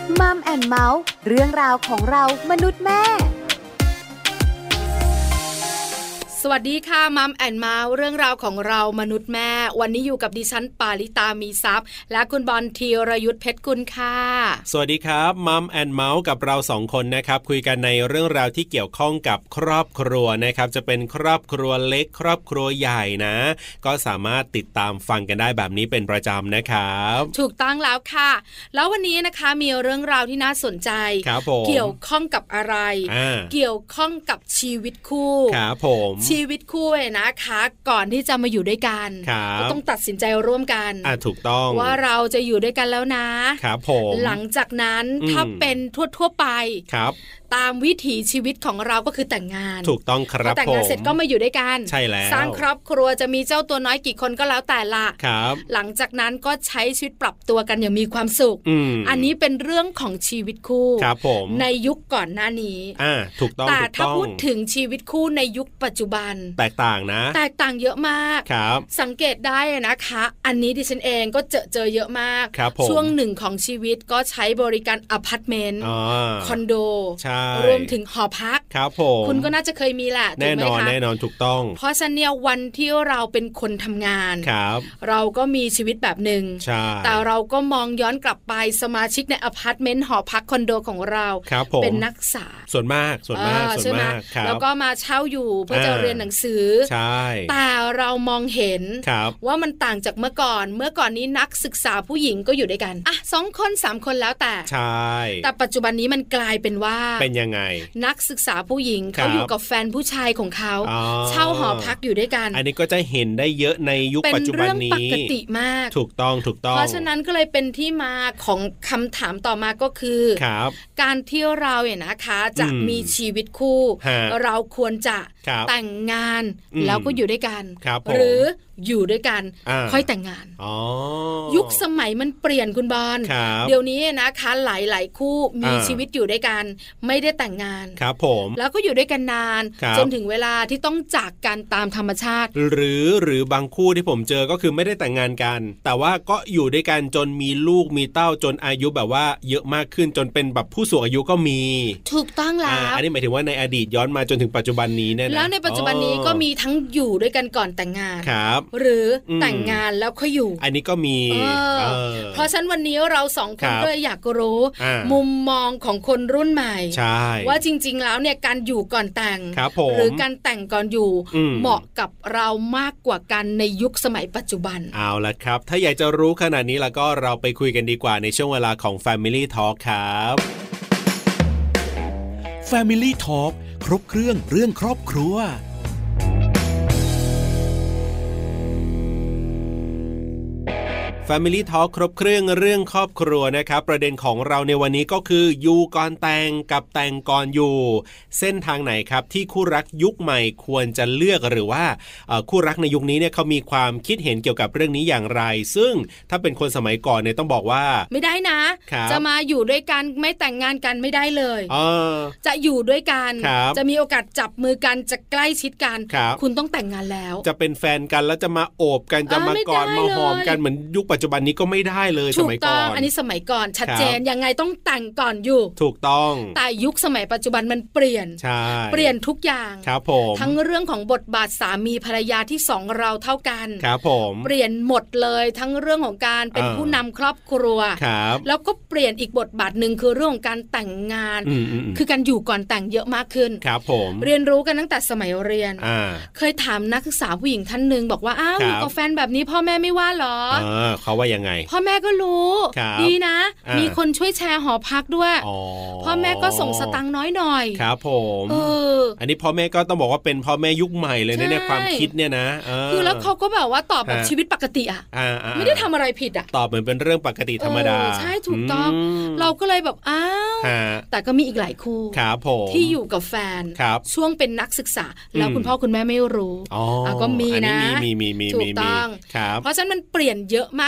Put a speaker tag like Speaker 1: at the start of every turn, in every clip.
Speaker 1: มัมแอนด์เมาส์เรื่องราวของเรามนุษย์แม่
Speaker 2: สวัสดีค่ะมัมแอนเมาส์เรื่องราวของเรามนุษย์แม่วันนี้อยู่กับดิฉันปาริตามีซัพย์และคุณบอลธีรยุทธเพชรกุลค่ะ
Speaker 3: สวัสดีครับมัมแอนเมาส์กับเราสองคนนะครับคุยกันในเรื่องราวที่เกี่ยวข้องกับครอบครัวนะครับจะเป็นครอบครัวเล็กครอบครัวใหญ่นะก็สามารถติดตามฟังกันได้แบบนี้เป็นประจำนะครับ
Speaker 2: ถูกต้องแล้วค่ะแล้ววันนี้นะคะมีเรื่องราวที่น่าสนใจเกี่ยวข้องกับอะไรเกี่ยวข้องกับชีวิตคู่
Speaker 3: ครับผม
Speaker 2: ชีวิตคู่นะคะก่อนที่จะมาอยู่ด้วยกันก็ต้องตัดสินใจร่วมกัน
Speaker 3: ถูกต้อง
Speaker 2: ว่าเราจะอยู่ด้วยกันแล้วนะครับ
Speaker 3: ผม
Speaker 2: หลังจากนั้นถ้าเป็นทั่วไป
Speaker 3: ครับ
Speaker 2: ตามวิถีชีวิตของเราก็คือแต่งงาน
Speaker 3: ถูกต้องครับ
Speaker 2: แต่งงานเสร็จก็มาอยู่ด้วยกัน
Speaker 3: ใช่แล้ว
Speaker 2: สร้างครอบครัวจะมีเจ้าตัวน้อยกี่คนก็แล้วแต่ละ
Speaker 3: ครับ
Speaker 2: หลังจากนั้นก็ใช้ชีวิตปรับตัวกันอย่างมีความสุขอันนี้เป็นเรื่องของชีวิตคู่
Speaker 3: ครับผม
Speaker 2: ในยุคก่อนหน้านี้
Speaker 3: ถูกต้อง
Speaker 2: แต่ถ้าพูดถึงชีวิตคู่ในยุคปัจจุบัน
Speaker 3: แตกต่างนะ
Speaker 2: แตกต่างเยอะมาก
Speaker 3: ครับ
Speaker 2: สังเกตได้นะคะอันนี้ดิฉันเองก็เจอเยอะมากช่วงหนึ่งของชีวิตก็ใช้บริการอพาร์ตเมนต์คอนโดรวมถึงหอพัก
Speaker 3: ครับผม
Speaker 2: คุณก็น่าจะเคยมีแหละ
Speaker 3: แน่นอนแน่นอนถูกต้อง
Speaker 2: เพราะฉะนั้นเนี่ยวันที่เราเป็นคนทำงาน
Speaker 3: ครับ
Speaker 2: เราก็มีชีวิตแบบหนึ่งแต่เราก็มองย้อนกลับไปสมาชิกในอพาร์ตเมนต์หอพักคอนโดของเราเป็นนักศึกษา
Speaker 3: ส่วนมาก
Speaker 2: ใช่ไหมแล้วก็มาเช่าอยู่เพื่อจะเรียนหนังสือ
Speaker 3: ใช่
Speaker 2: แต่เรามองเห็นว่ามันต่างจากเมื่อก่อนนี้นักศึกษาผู้หญิงก็อยู่ด้วยกัน2 คน 3 คนแล้วแต่
Speaker 3: ใช่
Speaker 2: แต่ปัจจุบันนี้มันกลายเป็นว่า
Speaker 3: เป็นยังไง
Speaker 2: นักศึกษาผู้หญิงเขาอยู่กับแฟนผู้ชายของเขาเช่าหอพักอยู่ด้วยกัน
Speaker 3: อันนี้ก็จะเห็นได้เยอะในยุคปัจจุบันนี้
Speaker 2: เป็นเรื่องปกติมาก
Speaker 3: ถูกต้อง
Speaker 2: เพราะฉะนั้นก็เลยเป็นที่มาของคำถามต่อมาก็คือการที่เราเนี่ยนะคะจะมีชีวิตคู่เราควรจะแต่งงานแล้วก็อยู่ด้วยกันหรืออยู่ด้วยกันค่อยแต่งงานยุคสมัยมันเปลี่ยนคุณบอลเดี๋ยวนี้นะคะหลายคู่มีชีวิตอยู่ด้วยกันไม่ได้แต่งงาน
Speaker 3: ครับผม
Speaker 2: แล้วก็อยู่ด้วยกันนานจนถึงเวลาที่ต้องจากกันตามธรรมชาติ
Speaker 3: หรือบางคู่ที่ผมเจอก็คือไม่ได้แต่งงานกันแต่ว่าก็อยู่ด้วยกันจนมีลูกมีเต้าจนอายุแบบว่าเยอะมากขึ้นจนเป็นแบบผู้สูงอายุก็มี
Speaker 2: ถูกต้องแล้ว
Speaker 3: อันนี้หมายถึงว่าในอดีตย้อนมาจนถึงปัจจุบันนี้เนี่ย
Speaker 2: แล้วในปัจจุบันนี้ก็มีทั้งอยู่ด้วยกันก่อนแต่งงาน
Speaker 3: ครับ
Speaker 2: หรือแต่งงานแล้วค่อยอยู่
Speaker 3: อันนี้ก็มี
Speaker 2: เพราะฉะนั้นวันนี้เรา2 คนก็เลยอยากรู้มุมมองของคนรุ่นใหม่ว่าจริงๆแล้วเนี่ยการอยู่ก่อนแต่งหรือการแต่งก่อนอยู่เหมาะกับเรามากกว่ากันในยุคสมัยปัจจุบัน
Speaker 3: เอาละครับถ้าอยากจะรู้ขนาดนี้แล้วก็เราไปคุยกันดีกว่าในช่วงเวลาของ Family Talk ครับ
Speaker 4: Family Talk ครบเครื่องครอบครัว
Speaker 3: Family Talk ครบเครื่องครอบครัวนะครับประเด็นของเราในวันนี้ก็คืออยู่ก่อนแต่งกับแต่งก่อนอยู่เส้นทางไหนครับที่คู่รักยุคใหม่ควรจะเลือกหรือว่าคู่รักในยุคนี้เนี่ยเขามีความคิดเห็นเกี่ยวกับเรื่องนี้อย่างไรซึ่งถ้าเป็นคนสมัยก่อนเนี่ยต้องบอกว่า
Speaker 2: ไม่ได้นะจะมาอยู่ด้วยกันไม่แต่งงานกันไม่ได้เลยจะอยู่ด้วยกันจะมีโอกาสจับมือกันจะใกล้ชิดกันคุณต้องแต่งงานแล้ว
Speaker 3: จะเป็นแฟนกันแล้วจะมาโอบกันจะมากอดมาหอมกันเหมือนยุคปัจจุบันนี้ก็ไม่ได้เลยสมัยก่อน
Speaker 2: อันนี้สมัยก่อนชัดเจนยังไงต้องแต่งก่อนอยู่
Speaker 3: ถูกต้อง
Speaker 2: แต่ยุคสมัยปัจจุบันมันเปลี่ยนเปลี่ยนทุกอย่าง
Speaker 3: ครับผม
Speaker 2: ทั้งเรื่องของบทบาทสามีภรรยาที่2เราเท่ากัน
Speaker 3: ครับผม
Speaker 2: เปลี่ยนหมดเลยทั้งเรื่องของการเป็นผู้นำครอบครัวแล้วก็เปลี่ยนอีกบทบาทนึงคือเรื่องของการแต่งงานคือการอยู่ก่อนแต่งเยอะมากขึ้น
Speaker 3: ครับผม
Speaker 2: เรียนรู้กันตั้งแต่สมัยเรียนเคยถามนักศึกษาผู้หญิงท่านนึงบอกว่าอ้าวอยู่กับแฟนแบบนี้พ่อแม่ไม่ว่าหรอ
Speaker 3: เขาว่ายังไง
Speaker 2: พ่อแม่ก็รู้ดีนะมีคนช่วยแชร์หอพักด้วยพ่อแม่ก็ส่งสตังค์น้อยหน่อย
Speaker 3: ครับผมอันนี้พ่อแม่ก็ต้องบอกว่าเป็นพ่อแม่ยุคใหม่เลยในความคิดเนี่ยนะ
Speaker 2: คือแล้วเขาก็แบบว่าตอบแบบชีวิตปกติอ่ะไม่ได้ทำอะไรผิดอ่ะ
Speaker 3: ตอบเหมือนเป็นเรื่องปกติธรรมดา
Speaker 2: ใช่ถูกต้องเราก็เลยแบบอ้าวแต่ก็มีอีกหลายคู่ที่อยู่กับแฟนช่วงเป็นนักศึกษาแล้วคุณพ่อคุณแม่ไม่รู้ก็มีนะ
Speaker 3: มี
Speaker 2: ถูกต้องเพราะฉะนั้นมันเปลี่ยนเยอะมาก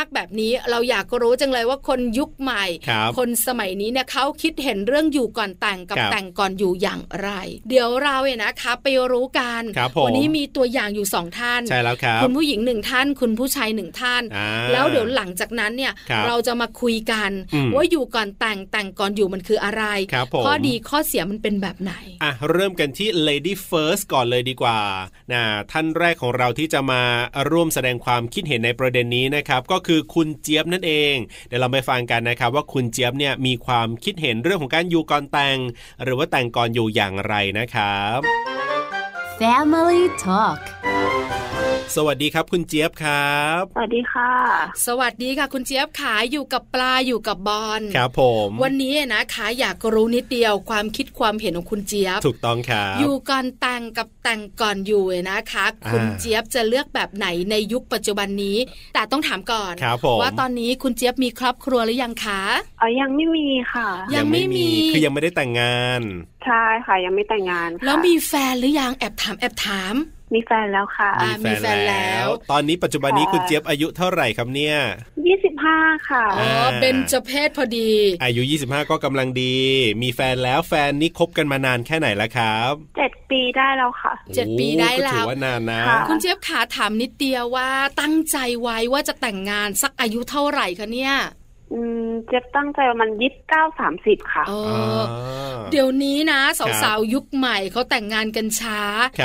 Speaker 2: ากแบบนี้เราอยากรู้จังเลยว่าคนยุคใหม่คนสมัยนี้เนี่ยเขาคิดเห็นเรื่องอยู่ก่อนแต่งกับแต่งก่อนอยู่อย่างไรเดี๋ยวเราเนี่ยนะคะไปรู้กันวันนี้มีตัวอย่างอยู่2ท่าน
Speaker 3: ใช่แล้วครับ
Speaker 2: คุณผู้หญิง1ท่านคุณผู้ชาย1ท่านแล้วเดี๋ยวหลังจากนั้นเนี่ยเราจะมาคุยกันว่าอยู่ก่อนแต่งก่อนอยู่มันคืออะไรข้อดีข้อเสียมันเป็นแบบไหน
Speaker 3: เริ่มกันที่ Lady First ก่อนเลยดีกว่าท่านแรกของเราที่จะมาร่วมแสดงความคิดเห็นในประเด็นนี้นะครับก็คือคุณเจี๊ยบนั่นเองเดี๋ยวเราไปฟังกันนะครับว่าคุณเจี๊ยบเนี่ยมีความคิดเห็นเรื่องของการอยู่ก่อนแต่งหรือว่าแต่งก่อนอยู่อย่างไรนะครับ
Speaker 1: Family Talk
Speaker 3: สวัสดีครับคุณเจี๊ยบครับ
Speaker 5: สวัสดีค่ะ
Speaker 2: สวัสดีค่ะคุณเจี๊ยบขาอยู่กับปลาอยู่กับบอล
Speaker 3: ครับผม
Speaker 2: วันนี้นะคะอยากรู้นิดเดียวความคิดความเห็นของคุณเจี๊ยบ
Speaker 3: ถูกต้องครับ
Speaker 2: อยู่ก่อนแต่งกับแต่งก่อนอยู่นะคะคุณเจี๊ยบจะเลือกแบบไหนในยุคปัจจุบันนี้แต่ต้องถามก่อนว่าตอนนี้คุณเจี๊ยบมีครอบครัวหรือยังคะ
Speaker 5: ยังไม่มีค่ะ
Speaker 2: ยังไม่มี
Speaker 3: คือยังไม่ได้แต่งงาน
Speaker 5: ใช่ค่ะยังไม่แต่งงาน
Speaker 2: แล้วมีแฟนหรือยังแอบถาม
Speaker 5: มีแฟนแล้วค่ะ
Speaker 3: มีแฟนแล้วตอนนี้ปัจจุบันนี้คุณเจี๊ยบอายุเท่าไหร่ครับเนี่ย
Speaker 5: 25ค่ะ
Speaker 2: เบญจเพศพอดี
Speaker 3: อายุ25ก็กำลังดีมีแฟนแล้วแฟนนี่คบกันมานานแค่ไหนแล้วครับ
Speaker 5: 7 ปีได้แล้วค่ะ
Speaker 2: 7 ปีได้แล้ว
Speaker 3: ถือว่านานนะ
Speaker 2: คุณเจี๊ยบขาถามนิดเดียวว่าตั้งใจไว้ว่าจะแต่งงานสักอายุเท่าไหร่คะเนี่ย
Speaker 5: เจ๊ตั้งใจมัน29-30ค่ะ
Speaker 2: เดี๋ยวนี้นะสาวๆยุคใหม่เขาแต่งงานกันช้า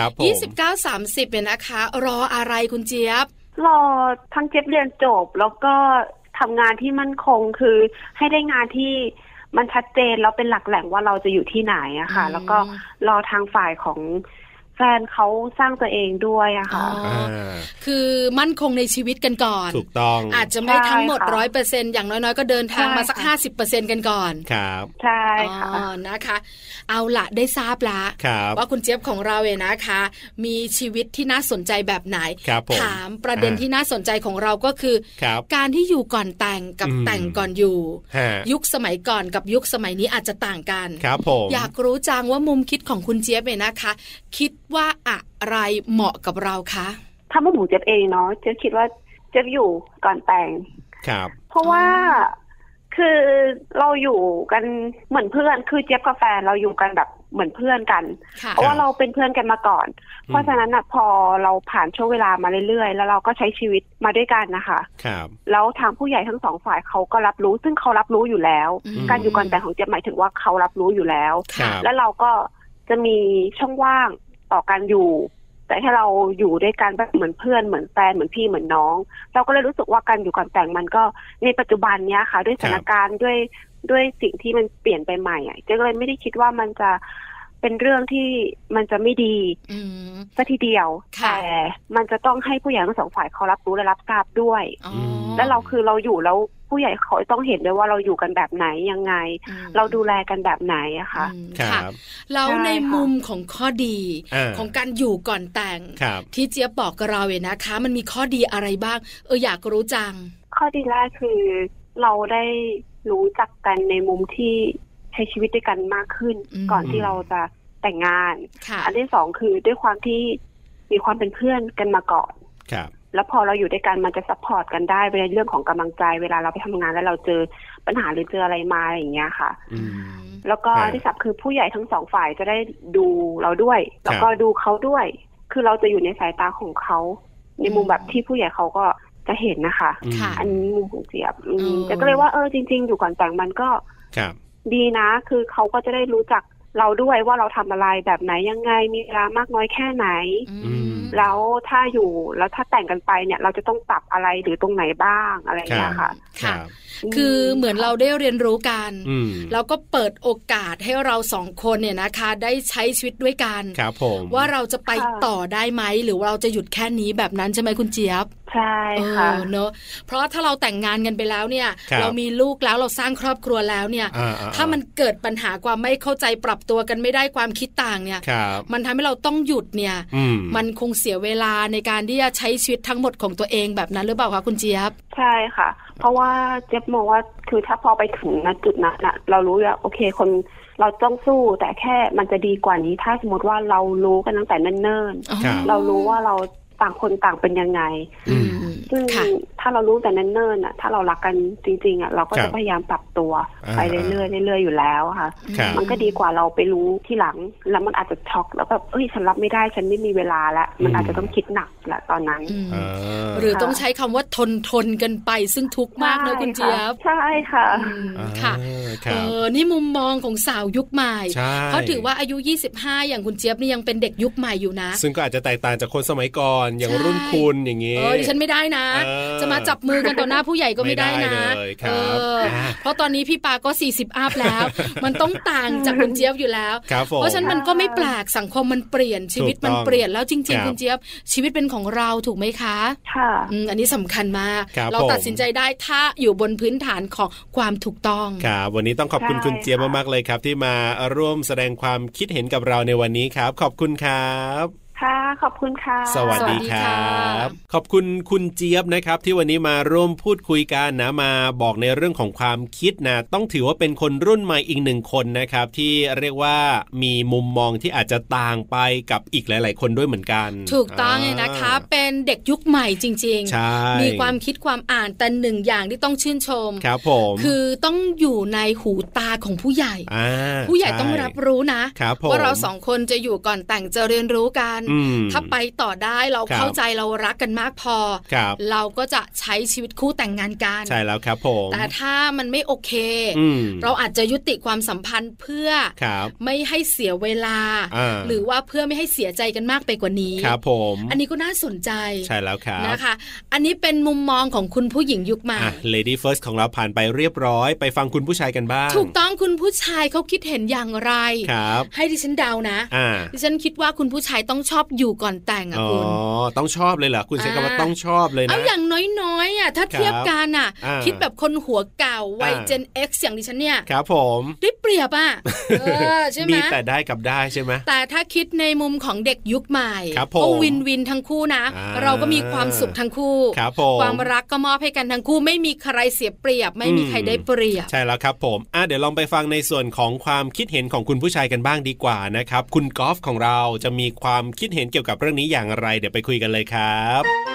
Speaker 2: 29-30เนี่ยนะคะรออะไรคุณเจี๊ยบ
Speaker 5: รอทั้งเจี๊ยบเรียนจบแล้วก็ทำงานที่มั่นคงคือให้ได้งานที่มันชัดเจนแล้วเป็นหลักแหล่งว่าเราจะอยู่ที่ไหนอะค่ะแล้วก็รอทางฝ่ายของแฟนเขาสร้างตัวเองด้วยอะค่ะ
Speaker 2: คือมั่นคงในชีวิตกันก่อน
Speaker 3: ถูกต้อง
Speaker 2: อาจจะไม่ทั้งหมด 100% อย่างน้อยๆก็เดินทางมาสัก 50% กันก่อน
Speaker 3: ครับ
Speaker 5: ใช่ค่ะ
Speaker 2: นะคะเอาละได้ทราบละว่าคุณเจี๊ยบของเราเนี่ยนะคะมีชีวิตที่น่าสนใจแบบไหนถามประเด็นที่น่าสนใจของเราก็คือการที่อยู่ก่อนแต่งกับแต่งก่อนอยู่ยุคสมัยก่อนกับยุคสมัยนี้อาจจะต่างกันอยากรู้จังว่ามุมคิดของคุณเจี๊ยบเนี่ยนะคะคิดว่าอะไรเหมาะกับเราคะ
Speaker 5: ถ้าเป็นหนูเจี๊ยบเองเนาะเจี๊ยบคิดว่าเจี๊ยบอยู่ก่อนแต่ง
Speaker 3: ครับ
Speaker 5: เพราะว่าคือเราอยู่กันเหมือนเพื่อนคือเจี๊ยบกับแฟนเราอยู่กันแบบเหมือนเพื่อนกันเพราะว่าเราเป็นเพื่อนกันมาก่อนเพราะฉะนั้นพอเราผ่านช่วงเวลามาเรื่อยๆแล้วเราก็ใช้ชีวิตมาด้วยกันนะคะ
Speaker 3: ครับ
Speaker 5: แล้วทางผู้ใหญ่ทั้งสองฝ่ายเขาก็รับรู้ซึ่งเขารับรู้อยู่แล้วการอยู่ก่อนแต่งของเจี๊ยบหมายถึงว่าเขารับรู้อยู่แล้วแล้วเราก็จะมีช่องว่างต่อการอยู่แต่ถ้าเราอยู่ด้วยกันแบบเหมือนเพื่อนเหมือนแฟนเหมือนพี่เหมือนน้องเราก็เลยรู้สึกว่าการอยู่ก่อนแต่งมันก็ในปัจจุบันเนี้ยค่ะด้วยสถานการณ์ด้วยสิ่งที่มันเปลี่ยนไปใหม่เจ๊ก็เลยไม่ได้คิดว่ามันจะเป็นเรื่องที่มันจะไม่ดีซะทีเดียวแต่มันจะต้องให้ผู้ใหญ่ทั้งสองฝ่ายเขารับรู้และรับทราบด้วยแล้วเราคือเราอยู่แล้วผู้ใหญ่เขาต้องเห็นด้วยว่าเราอยู่กันแบบไหนยังไงเราดูแลกันแบบไหนอะค่ะ
Speaker 2: ค่ะแล้วในมุมของข้อดีของการอยู่ก่อนแต่งที่เจี๊ยบบอกกับเราเนี่ยนะคะมันมีข้อดีอะไรบ้างอยากรู้จัง
Speaker 5: ข้อดีแรกคือเราได้รู้จักกันในมุมที่ใช้ชีวิตด้วยกันมากขึ้นก่อนที่เราจะแต่งงานอันที่สองคือด้วยความที่มีความเป็นเพื่อนกันมาก่อนแล้วพอเราอยู่ด้วยกันมันจะซัพพอร์ตกันได้ในเรื่องของกำลังใจเวลาเราไปทำงานแล้วเราเจอปัญหาหรือเจออะไรมาอย่างเงี้ยค่ะแล้วก็ที่สำคัญคือผู้ใหญ่ทั้งสองฝ่ายจะได้ดูเราด้วยแล้วก็ดูเขาด้วยคือเราจะอยู่ในสายตาของเขาในมุมแบบที่ผู้ใหญ่เขาก็จะเห็นนะคะอันนี้มุมของเจี๊ยบแต่ก็เลยว่าจริงๆอยู่ก่อนแต่งมันก็ดีนะคือเขาก็จะได้รู้จักเราด้วยว่าเราทำอะไรแบบไหนยังไงมีเวลามากน้อยแค่ไหนแล้วถ้าอยู่แล้วถ้าแต่งกันไปเนี่ยเราจะต้องปรับอะไรหรือตรงไหนบ้างอะไรอย่างเงี้ยค่ะ
Speaker 2: คือเหมือนเราได้เรียนรู้กันแล้วก็เปิดโอกาสให้เราสองคนเนี่ยนะคะได้ใช้ชีวิตด้วยกันว่าเราจะไปต่อได้ไหมหรือว่าเราจะหยุดแค่นี้แบบนั้นใช่ไหมคุณเจี๊ยบ
Speaker 5: ใช่ค่ะ
Speaker 2: เนอะเพราะถ้าเราแต่งงานกันไปแล้วเนี่ยเรามีลูกแล้วเราสร้างครอบครัวแล้วเนี่ยถ้ามันเกิดปัญหาความไม่เข้าใจปรับตัวกันไม่ได้ความคิดต่างเนี่ยมันทำให้เราต้องหยุดเนี่ยมันคงเสียเวลาในการที่จะใช้ชีวิตทั้งหมดของตัวเองแบบนั้นหรือเปล่าคะคุณเจี๊ยบ
Speaker 5: ใช่ค่ะเพราะว่าเจี๊ยบมองว่าคือถ้าพอไปถึงณจุดนั้นน่ะเรารู้ว่าโอเคคนเราต้องสู้แต่แค่มันจะดีกว่านี้ถ้าสมมติว่าเรารู้กันตั้งแต่เนิ่นๆเรารู้ว่าเราต่างคนต่างเป็นยังไงซึ่งถ้าเรารู้แต่เนิ่นๆอ่ะถ้าเรารักกันจริงๆอ่ะเราก็จะพยายามปรับตัวไปเรื่อยๆเรื่อยๆอยู่แล้วค่ะมันก็ดีกว่าเราไปรู้ที่หลังแล้วมันอาจจะช็อกแล้วแบบฉันรับไม่ได้ฉันไม่มีเวลาแล้วมันอาจจะต้องคิดหนักแหละตอนนั้น
Speaker 2: หรือต้องใช้คำว่าทนกันไปซึ่งทุกข์มากนะคุณเจี๊ยบ
Speaker 5: ใช่ค่ะ
Speaker 2: ค่ะนี่มุมมองของสาวยุคใหม่เขาถือว่าอายุ25อย่างคุณเจี๊ยบนี่ยังเป็นเด็กยุคใหม่อยู่นะ
Speaker 3: ซึ่งก็อาจจะแตกต่างจากคนสมัยก่อนอย่างรุ่นคุณอย่างงี้
Speaker 2: ดิฉันไม่ได้นะจะมาจับมือกันต่อหน้าผู้ใหญ่ก็ไม่ได้นะเพราะตอนนี้พี่ปาก็40อัพแล้วมันต้องต่างจากคุณเจี๊ยบอยู่แล้วเพราะฉะนั้นมันก็ไม่แปลกสังคมมันเปลี่ยนชีวิตมันเปลี่ยนแล้วจริงๆคุณเจี๊ยบชีวิตเป็นของเราถูกไหมคะ
Speaker 5: ค่ะ
Speaker 2: อันนี้สำคัญมากเราตัดสินใจได้ถ้าอยู่บนพื้นฐานของความถูกต้อง
Speaker 3: ครับวันนี้ต้องขอบคุณคุณเจี๊ยบมากๆเลยครับที่มาร่วมแสดงความคิดเห็นกับเราในวันนี้ครับขอบคุณครับ
Speaker 5: ค่ะขอบคุณค่ะ
Speaker 3: สวัสดีครับขอบคุณคุณเจี๊ยบนะครับที่วันนี้มาร่วมพูดคุยกันนะมาบอกในเรื่องของความคิดนะต้องถือว่าเป็นคนรุ่นใหม่อีกหนึ่งคนนะครับที่เรียกว่ามีมุมมองที่อาจจะต่างไปกับอีกหลายๆคนด้วยเหมือนกัน
Speaker 2: ถูกต้องเลยนะคะเป็นเด็กยุคใหม่จริงๆมีความคิดความอ่านแต่หนึ่งอย่างที่ต้องชื่นชม
Speaker 3: ครับผม
Speaker 2: คือต้องอยู่ในหูตาของผู้ใหญ่ผู้ใหญ่ต้องรับรู้นะว่าเราสองคนจะอยู่ก่อนแต่งจะเรียนรู้กันถ้าไปต่อได้เราเข้าใจเรารักกันมากพอเราก็จะใช้ชีวิตคู่แต่งงานกัน
Speaker 3: ใช่แล้วครับผม
Speaker 2: แต่ถ้ามันไม่โอเคเราอาจจะยุติความสัมพันธ์เพื่อไม่ให้เสียเวลาหรือว่าเพื่อไม่ให้เสียใจกันมากไปกว่านี้
Speaker 3: ครับผม
Speaker 2: อันนี้ก็น่าสนใจ
Speaker 3: ใช่แล้วครับ
Speaker 2: นะคะอันนี้เป็นมุมมองของคุณผู้หญิงยุคใหม่
Speaker 3: Lady First ของเราผ่านไปเรียบร้อยไปฟังคุณผู้ชายกันบ้าง
Speaker 2: ถูกต้องคุณผู้ชายเขาคิดเห็นอย่างไรให้ดิฉันเดานะดิฉันคิดว่าคุณผู้ชายต้องชอบอยู่ก่อนแต่งคุณ
Speaker 3: ต้องชอบเลยเหรอคุณใช้คำว่าต้องชอบเลยนะ
Speaker 2: เอาอย่างน้อยๆถ้าเทียบกันคิดแบบคนหัวเก่าวัย Gen X อย่างดิฉันเนี่ย
Speaker 3: ครับผม
Speaker 2: ได้เปรียบใช่ไหม
Speaker 3: มีแต่ได้กับได้ใช่ไหม
Speaker 2: แต่ถ้าคิดในมุมของเด็กยุคใหม่ก็วินทั้งคู่นะเราก็มีความสุขทั้งคู่ความรักก็มอบให้กันทั้งคู่ไม่มีใครเสียเปรียบไม่มีใครได้เปรียบ
Speaker 3: ใช่แล้วครับผมเดี๋ยวลองไปฟังในส่วนของความคิดเห็นของคุณผู้ชายกันบ้างดีกว่านะครับคุณกอล์ฟของเราจะมีความคิดเห็นเกี่ยวกับเรื่องนี้อย่างไรเดี๋ยวไปคุยกันเลยครับ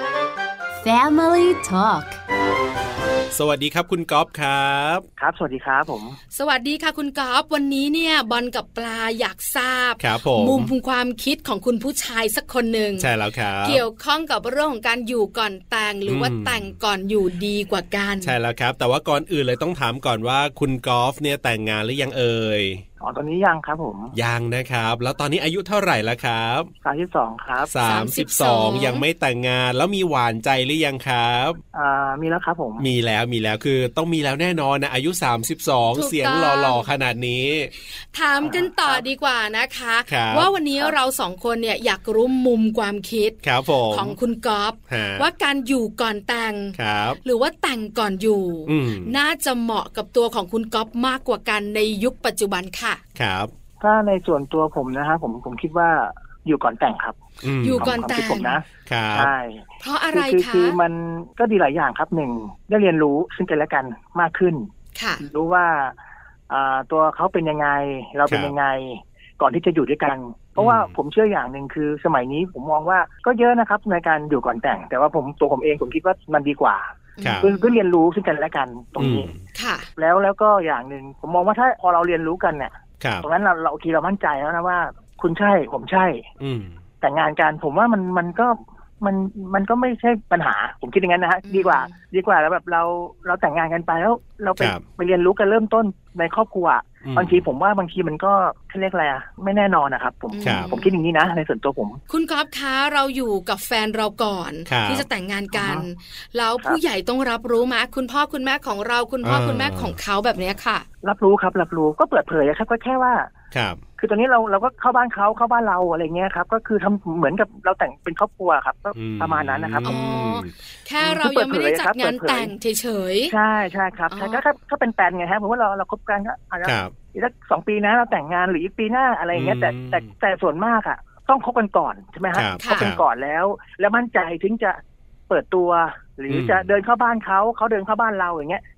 Speaker 1: Family Talk
Speaker 3: สวัสดีครับคุณก๊อฟครับ
Speaker 6: ครับสวัสดีครับผม
Speaker 2: สวัสดีค่ะคุณก๊อฟวันนี้เนี่ยบอลกับปลาอยากทราบมุมความคิดของคุณผู้ชายสักคนหนึ่ง
Speaker 3: ใช่แล้วครับ
Speaker 2: เกี่ยวข้องกับเรื่องของการอยู่ก่อนแต่งหรือว่าแต่งก่อนอยู่ดีกว่ากัน
Speaker 3: ใช่แล้วครับแต่ว่าก่อนอื่นเลยต้องถามก่อนว่าคุณก๊อฟเนี่ยแต่งงานหรือยังเอ่ย
Speaker 6: ตอนนี้ยังครับผม
Speaker 3: ยังนะครับแล้วตอนนี้อายุเท่าไหร่แล้วครับ
Speaker 6: 32ครับ
Speaker 3: 32ยังไม่แต่งงานแล้วมีหวานใจหรือยังครับ
Speaker 6: มีแล้วครับผม
Speaker 3: มีแล้วคือต้องมีแล้วแน่นอนนะอายุ32เสียงหล่อๆขนาดนี้
Speaker 2: ถามกันต่อดีกว่านะคะว่าวันนี้เราสองคนเนี่ยอยากรู้มุมความคิดของคุณก๊อฟว่าการอยู่ก่อนแต่งหรือว่าแต่งก่อนอยู่น่าจะเหมาะกับตัวของคุณก๊อฟมากกว่ากันในยุคปัจจุบันค่ะ
Speaker 3: ครับ
Speaker 6: ถ้าในส่วนตัวผมนะครับผมคิดว่าอยู่ก่อนแต่งครับ
Speaker 2: อยู่ก่อนแต่ง
Speaker 6: ผมนะใช่
Speaker 2: เพราะอะไรคะ
Speaker 6: คือมันก็ดีหลายอย่างครับหนึ่งได้เรียนรู้ซึ่งกันและกันมากขึ้นรู้ว่าตัวเขาเป็นยังไงเราเป็นยังไงก่อนที่จะอยู่ด้วยกันเพราะว่าผมเชื่ออย่างหนึ่งคือสมัยนี้ผมมองว่าก็เยอะนะครับในการอยู่ก่อนแต่งแต่ว่าตัวผมเองผมคิดว่ามันดีกว่าคือเรียนรู้ซึ่งกันและกันตรงนี้แล้วก็อย่างหนึ่งผมมองว่าถ้าพอเราเรียนรู้กันเนี่ยตรงนั้นเราโอเคเรามั่นใจแล้วนะว่าคุณใช่ผมใช่แต่งงานกันผมว่ามันก็ไม่ใช่ปัญหาผมคิดอย่างนั้นนะฮะดีกว่าแล้วแบบเราแต่งงานกันไปแล้วเราไปเรียนรู้กันเริ่มต้นในครอบครัวบางทีผมว่าบางทีมันก็เรียกอะไรไม่แน่นอนนะครับผมคิดอย่างนี้นะในส่วนตัวผม
Speaker 2: คุณก๊อฟคะเราอยู่กับแฟนเราก่อนที่จะแต่งงานกันแล้วผู้ใหญ่ต้องรับรู้ไหมคุณพ่อคุณแม่ของเราคุณพ่อคุณแม่ของเขาแบบนี้ค่ะ
Speaker 6: รับรู้ครับรับรู้ก็เปิดเผยครับก็แค่ว่าคือตอนนี้เราก็เข้าบ้านเขาเข้าบ้านเราอะไรเงี้ยครับก็คือทำเหมือนกับเราแต่งเป็นครอบครัวครับก็ประมาณนั้นนะครับ
Speaker 2: แค่เรายังไม่ได้จัดงานแต่งเฉย
Speaker 6: ๆใช่ครับใช่ก็เป็นแฟนไงฮะเพราะว่าเราคบกันก็อาจจะอีกสัก2 ปีนะเราแต่งงานหรืออีกปีหน้าอะไรเงี้ยแต่ส่วนมากอ่ะต้องคบกันก่อนใช่ไหมครับคบกันก่อนแล้วมั่นใจถึงจะเปิดตัวหรือจะเดินเข้าบ้านเขาเดินเข้าบ้านเราอย่างเงี้ย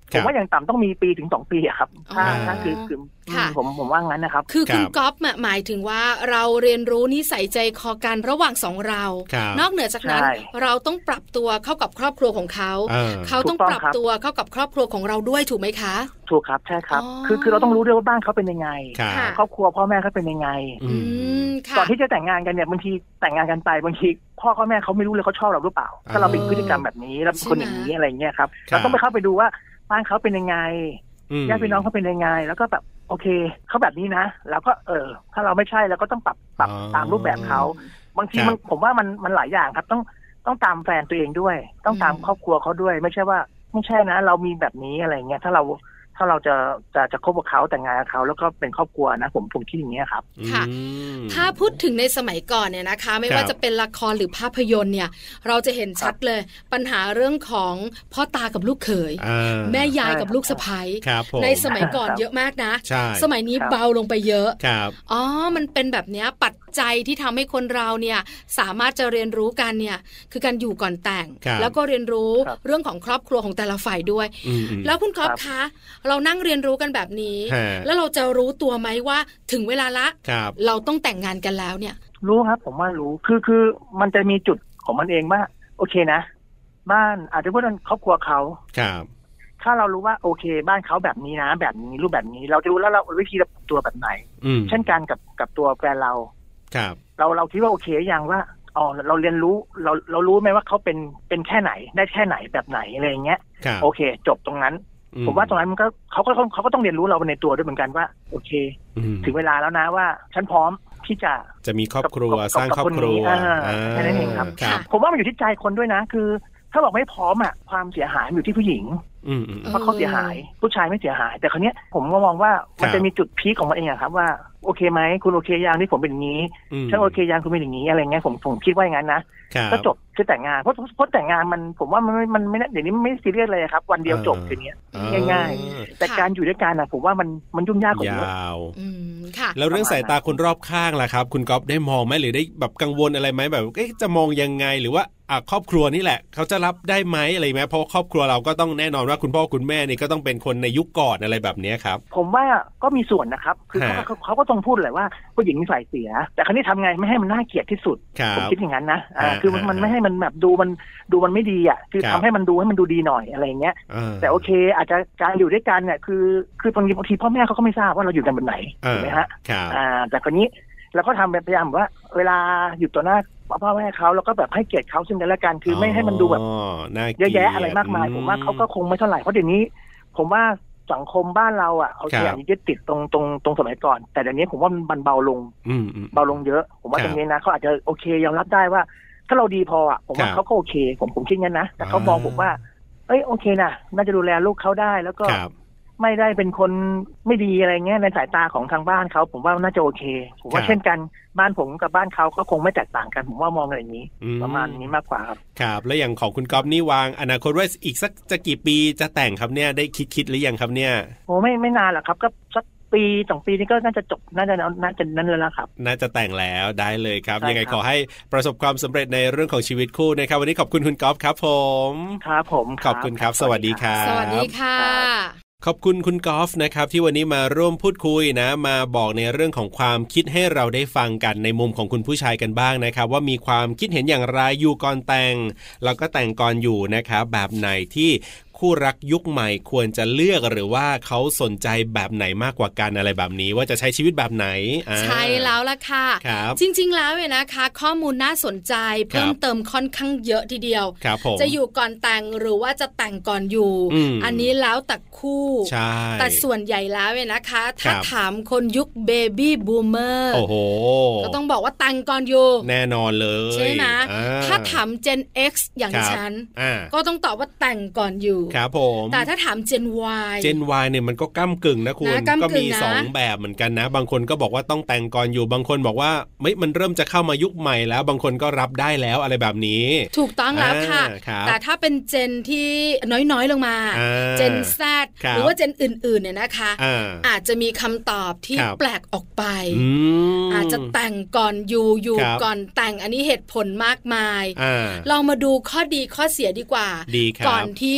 Speaker 6: ผมว่าอย่างต่ำต้องมีปีถึง2 ปีอะครับถ้าคือผมว่างั้นนะครับ
Speaker 2: คือคุณก๊อฟหมายถึงว่าเราเรียนรู้นิสัยใจคอกันระหว่าง2เรานอกเหนือจากนั้นเราต้องปรับตัวเข้ากับครอบครัวของเขาต้องปรับตัวเข้ากับครอบครัวของเราด้วยถูกไหมคะ
Speaker 6: ถูกครับใช่ครับคือเราต้องรู้ด้วยว่าบ้านเขาเป็นยังไงครอบครัวพ่อแม่เขาเป็นยังไงก่อนที่จะแต่งงานกันเนี่ยบางทีแต่งงานกันไปบางทีพ่อแม่เขาไม่รู้เลยเขาชอบเราหรือเปล่าถ้าเราเป็นพฤติกรรมแบบนี้เราเป็นคนอย่างนี้อะไรเงี้ยครับเราต้องไปเข้าไปดูว่าบ้านเขาเป็นยังไงญาติพี่น้องเขาเป็นยังไงแล้วก็แบบโอเคเขาแบบนี้นะแล้วก็ถ้าเราไม่ใช่เราก็ต้องปรับตามรูปแบบเขาบางทีผมว่ามันหลายอย่างครับต้องตามแฟนตัวเองด้วยต้องตามครอบครัวเขาด้วยไม่ใช่ว่าไม่ใช่นะเรามีแบบนี้อะไรเงี้ยถ้าเราจะคบกับเขาแต่งงานกับเขาแล้วก็เป็นครอบครัวนะผมคิดอย่างนี้ครับ
Speaker 2: ค่ะถ้าพูดถึงในสมัยก่อนเนี่ยนะคะไม่ว่าจะเป็นละครหรือภาพยนตร์เนี่ยเราจะเห็นชัดเลยปัญหาเรื่องของพ่อตากับลูกเขยแม่ยายกับลูกสะใภ้ในสมัยก่อนเยอะมากนะสมัยนี้เบาลงไปเยอะมันเป็นแบบนี้ปัจจัยที่ทำให้คนเราเนี่ยสามารถจะเรียนรู้กันเนี่ยคือการอยู่ก่อนแต่งแล้วก็เรียนรู้เรื่องของครอบครัวของแต่ละฝ่ายด้วยแล้วคุณก๊อฟคะเรานั่งเรียนรู้กันแบบนี้แล้วเราจะรู้ตัวไหมว่าถึงเวลาละเราต้องแต่งงานกันแล้วเนี่ย
Speaker 6: รู้ครับผมว่ารู้คือมันจะมีจุดของมันเองว่าโอเคนะบ้านอาจจะพูดถึงครอบครัวเขาถ้าเรารู้ว่าโอเคบ้านเขาแบบนี้นะแบบนี้รูปแบบนี้เราจะรู้แล้วเราวิธีปรับตัวแบบไหนเช่นกันกับตัวแฟนเราเราคิดว่าโอเคยังว่าเราเรียนรู้เรารู้ไหมว่าเขาเป็นแค่ไหนได้แค่ไหนแบบไหนอะไรอย่างเงี้ยโอเคจบตรงนั้นผมว่าตรงนั้นมันก็เขาก็ต้องเรียนรู้เราในตัวด้วยเหมือนกันว่าโอเคถึงเวลาแล้วนะว่าฉันพร้อมที่จะ
Speaker 3: มีครอบครัวสร้างครอบครัว
Speaker 6: แค่นั้นเองครับผมว่ามันอยู่ที่ใจคนด้วยนะคือถ้าบอกไม่พร้อมอ่ะความเสียหายอยู่ที่ผู้หญิงเพราะเขาเสียหายผู้ชายไม่เสียหายแต่คราวนี้ผมก็มองว่ามันจะมีจุดพีคของมันเองครับว่าโอเคไหมคุณโอเคยังที่ผมเป็นอย่างนี้ฉันโอเคยังคุณเป็นอย่างนี้อะไรเงี้ยผมคิดว่าอย่างนั้นนะก็จบคือแต่งงานเพราะแต่งงานมันผมว่ามันไม่เดี๋ยวนี้ไม่ซีเรียสเลยครับวันเดียวจบทีนี้ง่ายๆแต่การอยู่ด้วยกันนะผมว่ามันยุ่งยากกว่าเยอะ
Speaker 3: แล้วเรื่องสายตาคนรอบข้างล่ะครับคุณก๊อฟได้มองไหมหรือได้แบบกังวลอะไรไหมแบบจะมองยังไงหรือว่าครอบครัวนี่แหละเขาจะรับได้ไหมอะไรไหมเพราะครอบครัวเราก็ต้องแน่นอนว่าคุณพ่อคุณแม่นี่ก็ต้องเป็นคนในยุคก่อนอะไรแบบนี้ครับ
Speaker 6: ผมว่าก็มีส่วนนะครับคือเขาก็ต้องพูดเลยว่าผู้หญิงมีฝ่ายเสียแต่ครั้นี้ทำไงไม่ให้มันน่าเกลียดที่สุดผมคิดอย่างนั้นนะคือมันไม่ให้มันแบบดูมันไม่ดีอ่ะคือทำให้มันดูดีหน่อยอะไรเงี้ยแต่โอเคอาจจะการอยู่ด้วยกันเนี่ยคือบางทีพ่อแม่เขาก็ไม่ทราบว่าเราอยู่กันแบบไหนถูกไหมฮะแต่ครั้นี้เราก็ทำแบบพยายามว่าเวลาอยู่ต่อหน้าพ่อแม่เขาแล้วก็แบบให้เกียรติเขาซึ่งกันและกันคือไม่ให้มันดูแบบเยอะแยะอะไรมากมายผมว่าเขาก็คงไม่เท่าไหร่เพราะเดี๋ยวนี้ผมว่าสังคมบ้านเราอ่ะเขาอย่างยึดติดตรงสมัยก่อนแต่เดี๋ยวนี้ผมว่ามันเบาลงเยอะผมว่าตรงนี้นะเขาอาจจะโอเคยอมรับได้ว่าถ้าเราดีพออ่ะผมว่าเขาก็โอเคผมคิดงั้นนะแต่เขามองผมว่าโอเคนะน่าจะดูแลลูกเขาได้แล้วก็ไม่ได้เป็นคนไม่ดีอะไรเงี้ยในสายตาของทางบ้านเขาผมว่าน่าจะโอเคผมว่าเช่นกันบ้านผมกับบ้านเขาก็คงไม่แตกต่างกันผมว่ามองอะไรอย่างนี้ประมาณนี้มากกว่าครับ
Speaker 3: ครับแล้วอย่างของคุณก๊อฟนี่วางอนาคตไว้อีกสักจะกี่ปีจะแต่งครับเนี่ยได้คิดหรือยังครับเนี่ย
Speaker 6: โอ้ไม่นานหรอกครับก็สักปี2 ปีนี้ก็น่าจะจบน่าจะนั้นเลยแล้วครับ
Speaker 3: น่าจะแต่งแล้วได้เลยครับยังไงขอให้ประสบความสำเร็จในเรื่องของชีวิตคู่นะครับวันนี้ขอบคุณคุณก๊อฟครับผม
Speaker 6: ครับผม
Speaker 3: ขอบคุณครับสวัสดีครับ
Speaker 2: สวัสดีค่ะ
Speaker 3: ขอบคุณคุณกอล์ฟนะครับที่วันนี้มาร่วมพูดคุยนะมาบอกในเรื่องของความคิดให้เราได้ฟังกันในมุมของคุณผู้ชายกันบ้างนะครับว่ามีความคิดเห็นอย่างไรอยู่ก่อนแต่งแล้วก็แต่งก่อนอยู่นะครับแบบไหนที่คู่รักยุคใหม่ควรจะเลือกหรือว่าเขาสนใจแบบไหนมากกว่ากันอะไรแบบนี้ว่าจะใช้ชีวิตแบบไหน
Speaker 2: ใช่แล้วล่ะค่ะจริงๆแล้วเนี่ยนะคะข้อมูลน่าสนใจเพิ่มเติมค่อนข้างเยอะทีเดียวจะอยู่ก่อนแต่งหรือว่าจะแต่งก่อนอยู่อันนี้แล้วแต่คู่แต่ส่วนใหญ่แล้วเนี่ยนะคะถ้าถามคนยุคเบบี้บูมเมอร์ก็ต้องบอกว่าแต่งก่อนอยู่
Speaker 3: แน่นอนเลย
Speaker 2: ใช่ไหมถ้าถาม Gen X อย่างฉันก็ต้องตอบว่าแต่งก่อนอยู่
Speaker 3: ครับผม
Speaker 2: แต่ถ้าถาม Gen
Speaker 3: Y เนี่ยมันก็ก้ำกึ่งนะคุณก็มี2แบบเหมือนกันนะบางคนก็บอกว่าต้องแต่งก่อนอยู่บางคนบอกว่ามันเริ่มจะเข้ามายุคใหม่แล้วบางคนก็รับได้แล้วอะไรแบบนี้
Speaker 2: ถูกต้องแล้วค่ะแต่ถ้าเป็นเจนที่น้อยๆลงมา Gen Z หรือว่าเจนอื่นๆเนี่ยนะคะอาจจะมีคำตอบที่แปลกออกไปอาจจะแต่งก่อนอยู่ก่อนแต่งอันนี้เหตุผลมากมายเรามาดูข้อดีข้อเสียดีกว่าก่อนที่จะตัด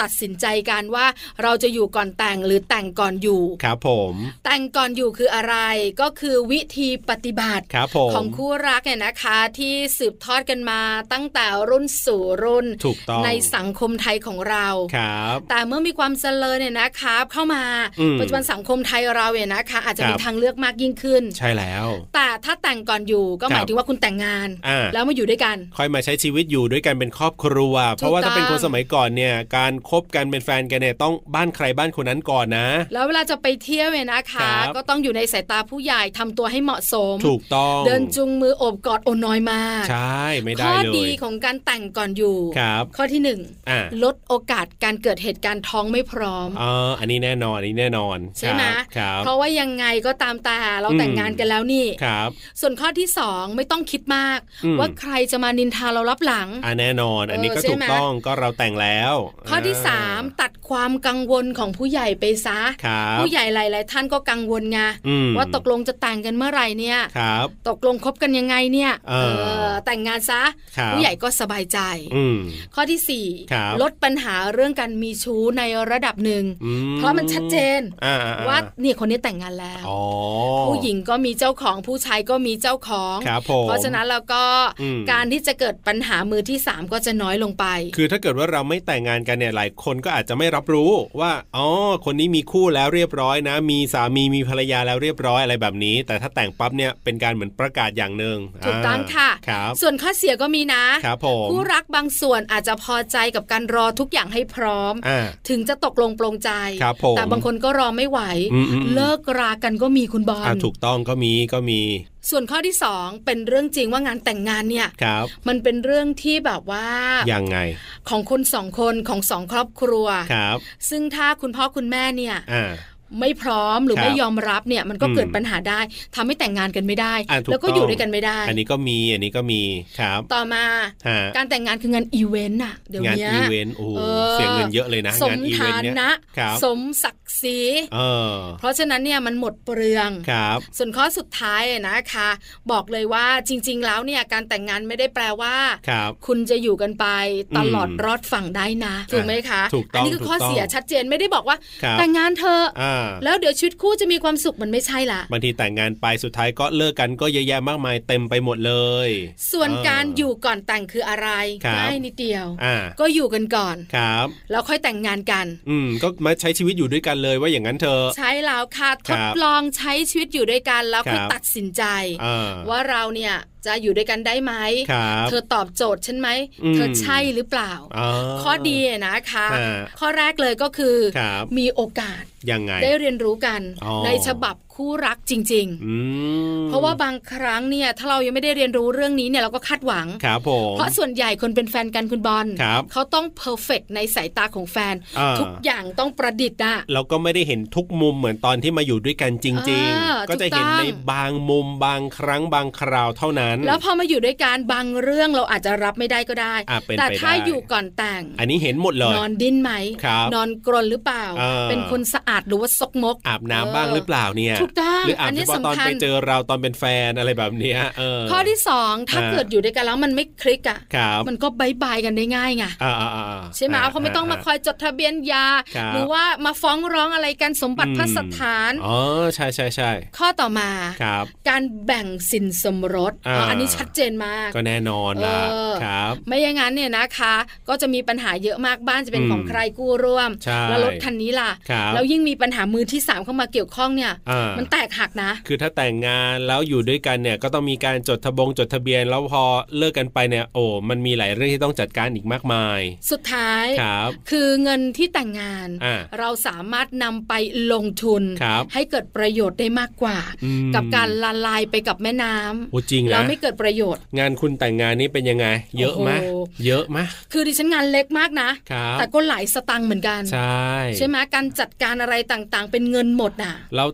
Speaker 2: ดสินใจกันว่าเราจะอยู่ก่อนแต่งหรือแต่งก่อนอยู่
Speaker 3: ครับผม
Speaker 2: แต่งก่อนอยู่คืออะไรก็คือวิธีปฏิบัติของคู่รักเนี่ยนะคะที่สืบทอดกันมาตั้งแต่รุ่นสู่รุ่นในสังคมไทยของเราแต่เมื่อมีความเจริญเนี่ยนะคะเข้ามาปัจจุบันสังคมไทยเราเนี่ยนะคะอาจจะมีทางเลือกมากยิ่งขึ้น
Speaker 3: ใช่แล้ว
Speaker 2: แต่ถ้าแต่งก่อนอยู่ก็หมายถึงว่าคุณแต่งงานแล้วมาอยู่ด้วยกัน
Speaker 3: ค่อยมาใช้ชีวิตอยู่ด้วยกันเป็นครอบครัวเพราะว่าถ้าเป็นคนสมัยก่อนเนี่ยการคบกันเป็นแฟนกันเนี่ยต้องบ้านใครบ้านคนนั้นก่อนนะ
Speaker 2: แล้วเวลาจะไปเที่ยวเนี่ยนะคะก็ต้องอยู่ในสายตาผู้ใหญ่ทำตัวให้เหมาะสม
Speaker 3: ถูกต้อง
Speaker 2: เดินจุงมือโอบกอดโอนน้อยมาก
Speaker 3: ใช่ไม่ได้เลย
Speaker 2: ข้อดีของการแต่งก่อนอยู่ข้อที่1ลดโอกาสการเกิดเหตุการณ์ท้องไม่พร้อม
Speaker 3: อันนี้แน่นอน
Speaker 2: ใช่ไหมเพราะว่ายังไงก็ตามแต่เราแต่งงานกันแล้วนี่ส่วนข้อที่2ไม่ต้องคิดมากว่าใครจะมานินทาเรารับหลัง
Speaker 3: แน่นอนอันนี้ก็ถูกต้องก็เราแต่งแล้ว
Speaker 2: ข้อที่3ตัดความกังวลของผู้ใหญ่ไปซะผู้ใหญ่หลายๆท่านก็กังวลไงว่าตกลงจะแต่งกันเมื่อไหร่เนี่ยตกลงคบกันยังไงเนี่ยแต่งงานซะผู้ใหญ่ก็สบายใจข้อที่4ลดปัญหาเรื่องการมีชู้ในระดับหนึ่งเพราะมันชัดเจนว่าเนี่ยคนนี้แต่งงานแล้วผู้หญิงก็มีเจ้าของผู้ชายก็มีเจ้าของเพราะฉะนั้นแล้วก็การที่จะเกิดปัญหามือที่3ก็จะน้อยลงไป
Speaker 3: คือถ้าเกิดว่าเราไม่แต่งงานกันเนี่ยหลายคนก็อาจจะไม่รับรู้ว่าคนนี้มีคู่แล้วเรียบร้อยนะมีสามีมีภรรยาแล้วเรียบร้อยอะไรแบบนี้แต่ถ้าแต่งปั๊บเนี่ยเป็นการเหมือนประกาศอย่างนึง
Speaker 2: ถูกต้องค่ะส่วนข้อเสียก็มีนะคู่รักบางส่วนอาจจะพอใจกับการรอทุกอย่างให้พร้อมถึงจะตกลงปลงใจแต่บางคนก็รอไม่ไหวเลิกรากันก็มีคุณบอล
Speaker 3: ถูกต้องก็มี
Speaker 2: ส่วนข้อที่2เป็นเรื่องจริงว่างานแต่งงานเนี่ยมันเป็นเรื่องที่แบบว่า
Speaker 3: ยังไง
Speaker 2: ของคน2คนของ2ครอบครัวซึ่งถ้าคุณพ่อคุณแม่เนี่ยไม่พร้อมหรือไม่ยอมรับเนี่ยมันก็เกิดปัญหาได้ทำให้แต่งงานกันไม่ได้แล้วก็อยู่ด้วยกันไม่ได้
Speaker 3: อันนี้ก็มีครับ
Speaker 2: ต่อมาการแต่งงานคืองานอีเวนต์น่ะเดี๋ยวนี้
Speaker 3: งานอีเวนต์โอ้เสียเงินเยอะเลยนะงานอีเวนต์เนี่ย
Speaker 2: สมศักดิ์ศรีเพราะฉะนั้นเนี่ยมันหมดเปลืองส่วนข้อสุดท้ายนะคะบอกเลยว่าจริงๆแล้วเนี่ยการแต่งงานไม่ได้แปลว่าคุณจะอยู่กันไปตลอดรอดฝั่งได้นะถูกไหมคะอันนี้คือข้อเสียชัดเจนไม่ได้บอกว่าแต่งงานเธอแล้วเดี๋ยวชีวิตคู่จะมีความสุขมันไม่ใช่ละ
Speaker 3: บางทีแต่งงานไปสุดท้ายก็เลิกกันก็เยอะแยะมากมายเต็มไปหมดเลย
Speaker 2: ส่วนการอยู่ก่อนแต่งคืออะไรง่ายนิดเดียวก็อยู่กันก่อนแล้วค่อยแต่งงานกัน
Speaker 3: ก็มาใช้ชีวิตอยู่ด้วยกันเลยว่าอย่างนั้นเธอ
Speaker 2: ใช่แล้วค่ะทดลองใช้ชีวิตอยู่ด้วยกันแล้วคือตัดสินใจว่าเราเนี่ยจะอยู่ด้วยกันได้ไหมเธอตอบโจทย์ฉันไหมเธอใช่หรือเปล่าข้อดีนะคะข้อแรกเลยก็คือมีโอกาส
Speaker 3: ยังไง
Speaker 2: ได้เรียนรู้กันในฉบับคู่รักจริงๆเพราะว่าบางครั้งเนี่ยถ้าเรายังไม่ได้เรียนรู้เรื่องนี้เนี่ยเราก็คาดหวังเพราะส่วนใหญ่คนเป็นแฟนกันคุณบอลเขาต้องเพอร์เฟกต์ในสายตาของแฟนทุกอย่างต้องประดิษฐ์
Speaker 3: เราก็ไม่ได้เห็นทุกมุมเหมือนตอนที่มาอยู่ด้วยกันจริงๆก็จะเห็นในบางมุมบางครั้งบางคราวเท่านั้น
Speaker 2: แล้วพอมาอยู่ด้วยกันบางเรื่องเราอาจจะรับไม่ได้ก็ได้แต่ถ้าอยู่ก่อนแต่ง
Speaker 3: อันนี้เห็นหมดเลย
Speaker 2: นอนดิ้นไหมนอนกรนหรือเปล่าเป็นคนสะอาดหรือว่าซกมก
Speaker 3: อาบน้ำบ้างหรือเปล่าเนี่ยหรืออาบเฉพาะตอนไปเจอเราตอนเป็นแฟนอะไรแบบนี้
Speaker 2: ข้อที่2ถ้าเกิดอยู่ด้วยกันแล้วมันไม่คลิกมันก็บายบายกันได้ง่ายไงใช่ไหมเขาไม่ต้องมาคอยจดทะเบียนยาหรือว่ามาฟ้องร้องอะไรกันสมบัติพระสถาน
Speaker 3: ใช่
Speaker 2: ข้อต่อมาการแบ่งสินสมรสอันนี้ชัดเจนมาก
Speaker 3: ก็แน่นอนครับ
Speaker 2: ไม่อย่างนั้นเนี่ยนะคะก็จะมีปัญหาเยอะมากบ้านจะเป็นของใครกู้ร่วมแล้วรถคันนี้ล่ะแล้วยิ่งมีปัญหามือที่3เข้ามาเกี่ยวข้องเนี่ยมันแตกหักนะ
Speaker 3: คือถ้าแต่งงานแล้วอยู่ด้วยกันเนี่ยก็ต้องมีการจดทะเบียนแล้วพอเลิกกันไปเนี่ยมันมีหลายเรื่องที่ต้องจัดการอีกมากมาย
Speaker 2: สุดท้ายคือเงินที่แต่งงานเราสามารถนำไปลงทุนให้เกิดประโยชน์ได้มากกว่ากับการละลายไปกับแม่น้ำ
Speaker 3: จริง
Speaker 2: แล้วไม่เกิดประโยชน์
Speaker 3: งานคุณแต่งงานนี้เป็นยังไงเยอะไหมเยอะไหม
Speaker 2: คือดิฉันงานเล็กมากนะแต่ก็หลายสตังค์เหมือนกันใช่ไหมการจัดการอะไรต่างๆเป็นเงินหมด
Speaker 3: แล้วถ้าเป็นแบบ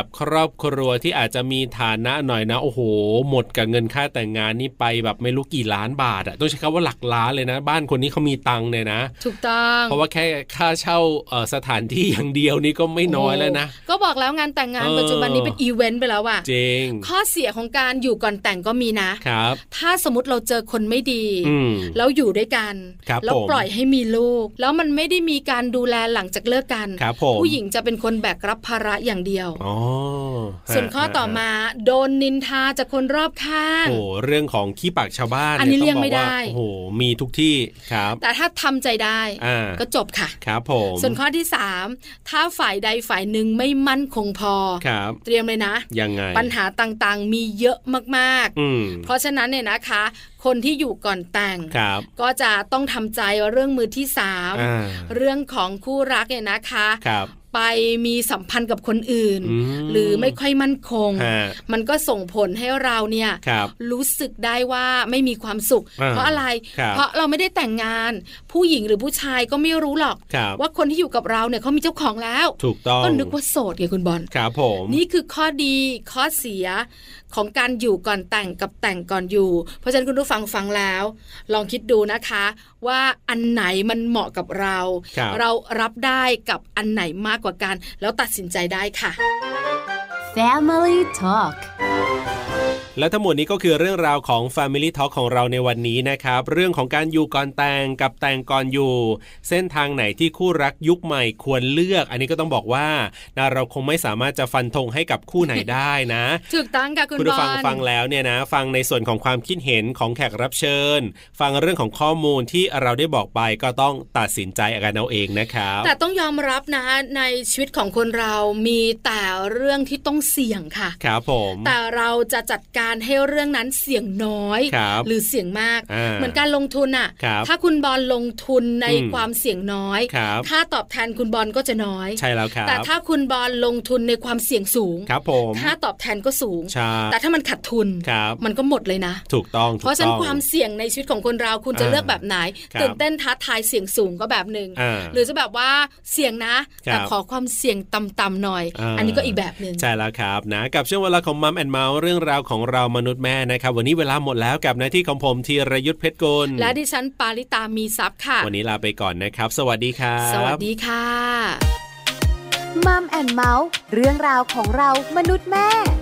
Speaker 3: แบบครอบครัวที่อาจจะมีฐานะหน่อยนะโอ้โหหมดกับเงินค่าแต่งงานนี่ไปแบบไม่รู้กี่ล้านบาทอ่ะต้องใช้คำว่าหลักล้านเลยนะบ้านคนนี้เขามีตังค์เนี่ยนะ
Speaker 2: ถูกต้อง
Speaker 3: เพราะว่าแค่ค่าเช่าสถานที่อย่างเดียวนี่ก็ไม่น้อยแล้วนะ
Speaker 2: ก็บอกแล้วงานแต่งงานปัจจุบันนี้เป็นอีเวนต์ไปแล้วอ่ะ
Speaker 3: จริง
Speaker 2: ข้อเสียของการอยู่ก่อนแต่งก็มี
Speaker 3: นะครับ
Speaker 2: ถ้าสมมติเราเจอคนไม่ดีแล้วอยู่ด้วยกันแล้วปล่อยให้มีลูกแล้วมันไม่ได้มีการดูแลหลังจากเลิกกันผู้หญิงจะเป็นคนแบกรับภาระอย่างเดียวส่วนข้อต่อมาโดนนินทาจากคนรอบข้าง
Speaker 3: โอ้เรื่องของขี้ปากชาวบ้าน
Speaker 2: อันนี้เลี่ยงไม่ได้
Speaker 3: โอ้โหมีทุกที่ครับ
Speaker 2: แต่ถ้าทำใจได้ก็จบค่ะ
Speaker 3: ครับผม
Speaker 2: ส่วนข้อที่3ถ้าฝ่ายใดฝ่ายหนึ่งไม่มั่นคงพอเตรียมเลยนะ
Speaker 3: ยังไง
Speaker 2: ปัญหาต่างๆมีเยอะมากๆเพราะฉะนั้นเนี่ยนะคะคนที่อยู่ก่อนแต่งก็จะต้องทำใจเรื่องมือที่3เรื่องของคู่รักเนี่ยนะคะไปมีสัมพันธ์กับคนอื่นหรือไม่ค่อยมั่นคงมันก็ส่งผลให้เราเนี่ยรู้สึกได้ว่าไม่มีความสุขเพราะอะไรเพราะเราไม่ได้แต่งงานผู้หญิงหรือผู้ชายก็ไม่รู้หรอกว่าคนที่อยู่กับเราเนี่ยเขามีเจ้าของแล้ว
Speaker 3: ถูกต้อง
Speaker 2: ก็นึกว่าโสดไงคุณบอล
Speaker 3: ครับผม
Speaker 2: นี่คือข้อดีข้อเสียของการอยู่ก่อนแต่งกับแต่งก่อนอยู่เพราะฉะนั้นคุณผู้ฟังฟังแล้วลองคิดดูนะคะว่าอันไหนมันเหมาะกับเรารับได้กับอันไหนมากกว่ากันแล้วตัดสินใจได้ค่ะ
Speaker 1: Family Talk
Speaker 3: และทั้งหมดนี้ก็คือเรื่องราวของ Family Talk ของเราในวันนี้นะครับเรื่องของการอยู่ก่อนแต่งกับแต่งก่อนอยู่เส้นทางไหนที่คู่รักยุคใหม่ควรเลือกอันนี้ก็ต้องบอกว่าเราคงไม่สามารถจะฟันธงให้กับคู่ไหนได้นะ
Speaker 2: ถูกต้องค่ะคุณบอล
Speaker 3: คุณฟังแล้วเนี่ยนะฟังในส่วนของความคิดเห็นของแขกรับเชิญฟังเรื่องของข้อมูลที่เราได้บอกไปก็ต้องตัดสินใจกันเอาเองนะครับ
Speaker 2: แต่ต้องยอมรับนะในชีวิตของคนเรามีแต่เรื่องที่ต้องเสี่ยงค่ะ
Speaker 3: ครับผม
Speaker 2: แต่เราจะจัดการให้เรื่องนั้นเสี่ยงน้อยหรือเสี่ยงมากเหมือนการลงทุนอ่ะถ้าคุณบอลลงทุนในความเสี่ยงน้อยถ้าตอบแทนคุณบอลก็จะน้อย
Speaker 3: ใช่แล้วครับ
Speaker 2: แต่ถ้าคุณบอลลงทุนในความเสี่ยงสูง
Speaker 3: ครับผม
Speaker 2: ถ้าตอบแทนก็สูงแต่ถ้ามันขาดทุนมันก็หมดเลยนะ
Speaker 3: ถูกต้อง
Speaker 2: เพราะฉะนั้นความเสี่ยงในชีวิตของคนเราคุณจะเลือกแบบไหนตื่นเต้นท้าทายเสี่ยงสูงก็แบบนึงหรือจะแบบว่าเสี่ยงนะแต่ขอความเสี่ยงต่ำๆหน่อยอันนี้ก็อีกแบบนึง
Speaker 3: ใช่แล้วครับนะกับช่วงเวลาของมัมแอนด์เมาส์เรื่องราวของเรามนุษย์แม่นะครับวันนี้เวลาหมดแล้วกับหน้าที่ของผมธีรยุทธเพชรกุล
Speaker 2: และดิฉันปาริตามีทรัพย์ค่ะ
Speaker 3: วันนี้ลาไปก่อนนะครับสวัสดีครับ
Speaker 2: สวัสดีค่ะ
Speaker 1: มัมแอนด์เมาส์เรื่องราวของเรามนุษย์แม่